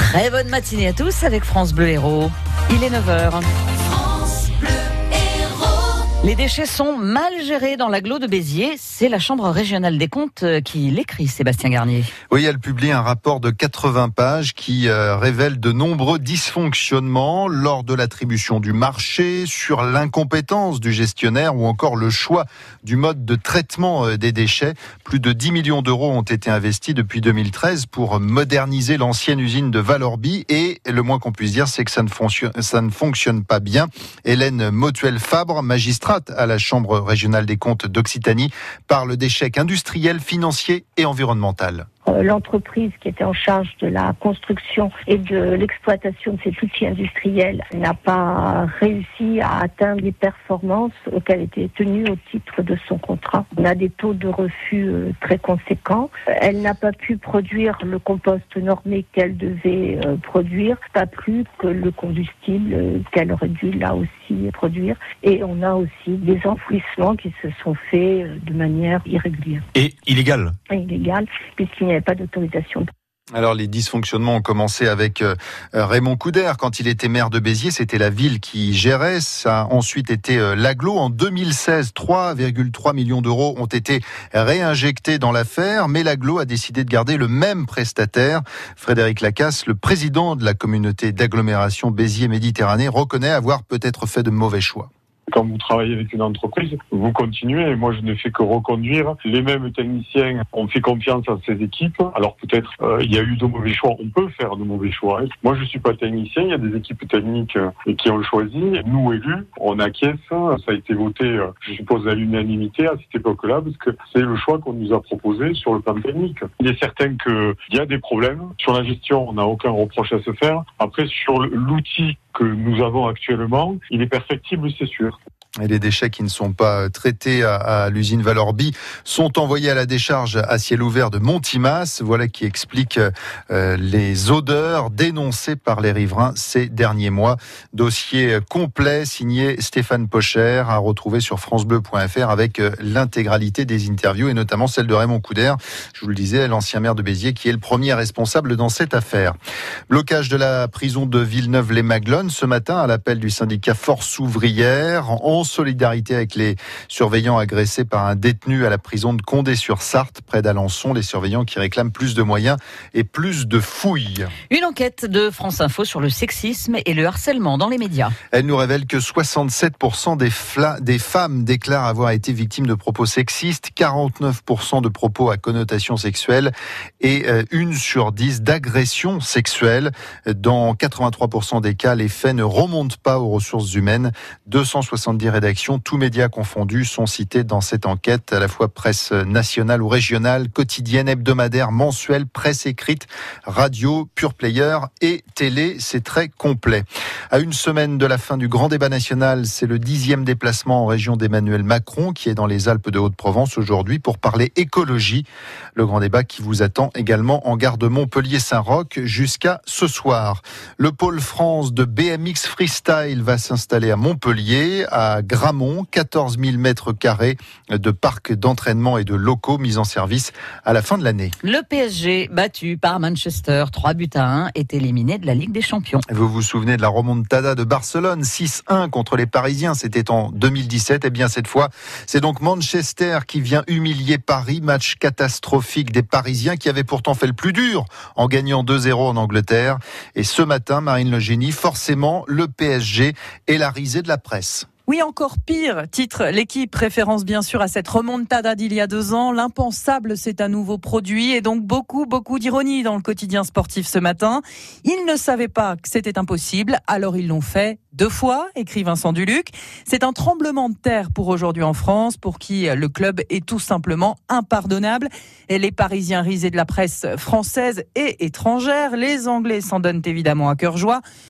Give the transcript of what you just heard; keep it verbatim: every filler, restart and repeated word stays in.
Très bonne matinée à tous avec France Bleu Héros. Il est neuf heures. Les déchets sont mal gérés dans l'agglo de Béziers. C'est la Chambre régionale des comptes qui l'écrit, Sébastien Garnier. Oui, elle publie un rapport de quatre-vingts pages qui euh, révèle de nombreux dysfonctionnements lors de l'attribution du marché, sur l'incompétence du gestionnaire ou encore le choix du mode de traitement euh, des déchets. Plus de dix millions d'euros ont été investis depuis deux mille treize pour moderniser l'ancienne usine de Valorby et le moins qu'on puisse dire, c'est que ça ne fonctionne, ça ne fonctionne pas bien. Hélène Motuel-Fabre, magistrate à la Chambre régionale des comptes d'Occitanie, parle d'échec industriel, financier et environnemental. L'entreprise qui était en charge de la construction et de l'exploitation de cet outil industriel n'a pas réussi à atteindre les performances auxquelles elle était tenue au titre de son contrat. On a des taux de refus très conséquents. Elle n'a pas pu produire le compost normé qu'elle devait produire, pas plus que le combustible qu'elle aurait dû là aussi produire. Et on a aussi des enfouissements qui se sont faits de manière irrégulière. Et illégale. Illégale, puisqu'il n'y avait pas d'autorisation. Alors les dysfonctionnements ont commencé avec euh, Raymond Couder quand il était maire de Béziers, c'était la ville qui gérait. Ça a ensuite été euh, l'agglo. En deux mille seize, trois virgule trois millions d'euros ont été réinjectés dans l'affaire, mais l'agglo a décidé de garder le même prestataire. Frédéric Lacasse, le président de la communauté d'agglomération Béziers-Méditerranée, reconnaît avoir peut-être fait de mauvais choix. Quand vous travaillez avec une entreprise, vous continuez. Moi, je ne fais que reconduire. Les mêmes techniciens, on fait confiance à ces équipes. Alors peut-être, euh, il y a eu de mauvais choix. On peut faire de mauvais choix. Moi, je suis pas technicien. Il y a des équipes techniques euh, qui ont choisi. Nous, élus, on acquiesce. Ça a été voté, euh, je suppose, à l'unanimité à cette époque-là, parce que c'est le choix qu'on nous a proposé sur le plan technique. Il est certain qu'il y a des problèmes. Sur la gestion, on n'a aucun reproche à se faire. Après, sur l'outil que nous avons actuellement, il est perfectible, c'est sûr. Et les déchets qui ne sont pas traités à, à l'usine Valorby sont envoyés à la décharge à ciel ouvert de Montimas. Voilà qui explique euh, les odeurs dénoncées par les riverains ces derniers mois. Dossier complet signé Stéphane Pocher à retrouver sur francebleu point f r avec euh, l'intégralité des interviews et notamment celle de Raymond Couder. Je vous le disais, l'ancien maire de Béziers qui est le premier responsable dans cette affaire. Blocage de la prison de Villeneuve-les-Maglones ce matin à l'appel du syndicat Force ouvrière. En solidarité avec les surveillants agressés par un détenu à la prison de Condé-sur-Sarthe, près d'Alençon. Les surveillants qui réclament plus de moyens et plus de fouilles. Une enquête de France Info sur le sexisme et le harcèlement dans les médias. Elle nous révèle que soixante-sept pour cent des, fla- des femmes déclarent avoir été victimes de propos sexistes, quarante-neuf pour cent de propos à connotation sexuelle et une sur dix d'agressions sexuelles. Dans quatre-vingt-trois pour cent des cas, les faits ne remontent pas aux ressources humaines. deux cent soixante-dix rédactions, tous médias confondus, sont cités dans cette enquête, à la fois presse nationale ou régionale, quotidienne, hebdomadaire, mensuelle, presse écrite, radio, pure player et télé. C'est très complet. À une semaine de la fin du grand débat national, c'est le dixième déplacement en région d'Emmanuel Macron qui est dans les Alpes de Haute-Provence aujourd'hui pour parler écologie. Le grand débat qui vous attend également en gare de Montpellier-Saint-Roch jusqu'à ce soir. Le pôle France de B M X Freestyle va s'installer à Montpellier, à Gramont, quatorze mille mètres carrés de parcs d'entraînement et de locaux mis en service à la fin de l'année. Le P S G, battu par Manchester, trois buts à un, est éliminé de la Ligue des Champions. Vous vous souvenez de la remontada de Barcelone, six un contre les Parisiens, c'était en deux mille dix-sept. Eh bien cette fois, c'est donc Manchester qui vient humilier Paris, match catastrophique des Parisiens qui avaient pourtant fait le plus dur en gagnant deux zéro en Angleterre. Et ce matin, Marine Le Génie, forcément, le P S G est la risée de la presse. Oui, encore pire, titre l'équipe, référence bien sûr à cette remontada d'il y a deux ans. L'impensable s'est à nouveau produit et donc beaucoup, beaucoup d'ironie dans le quotidien sportif ce matin. Ils ne savaient pas que c'était impossible, alors ils l'ont fait deux fois, écrit Vincent Duluc. C'est un tremblement de terre pour aujourd'hui en France, pour qui le club est tout simplement impardonnable. Et les Parisiens risés de la presse française et étrangère, les Anglais s'en donnent évidemment à cœur joie.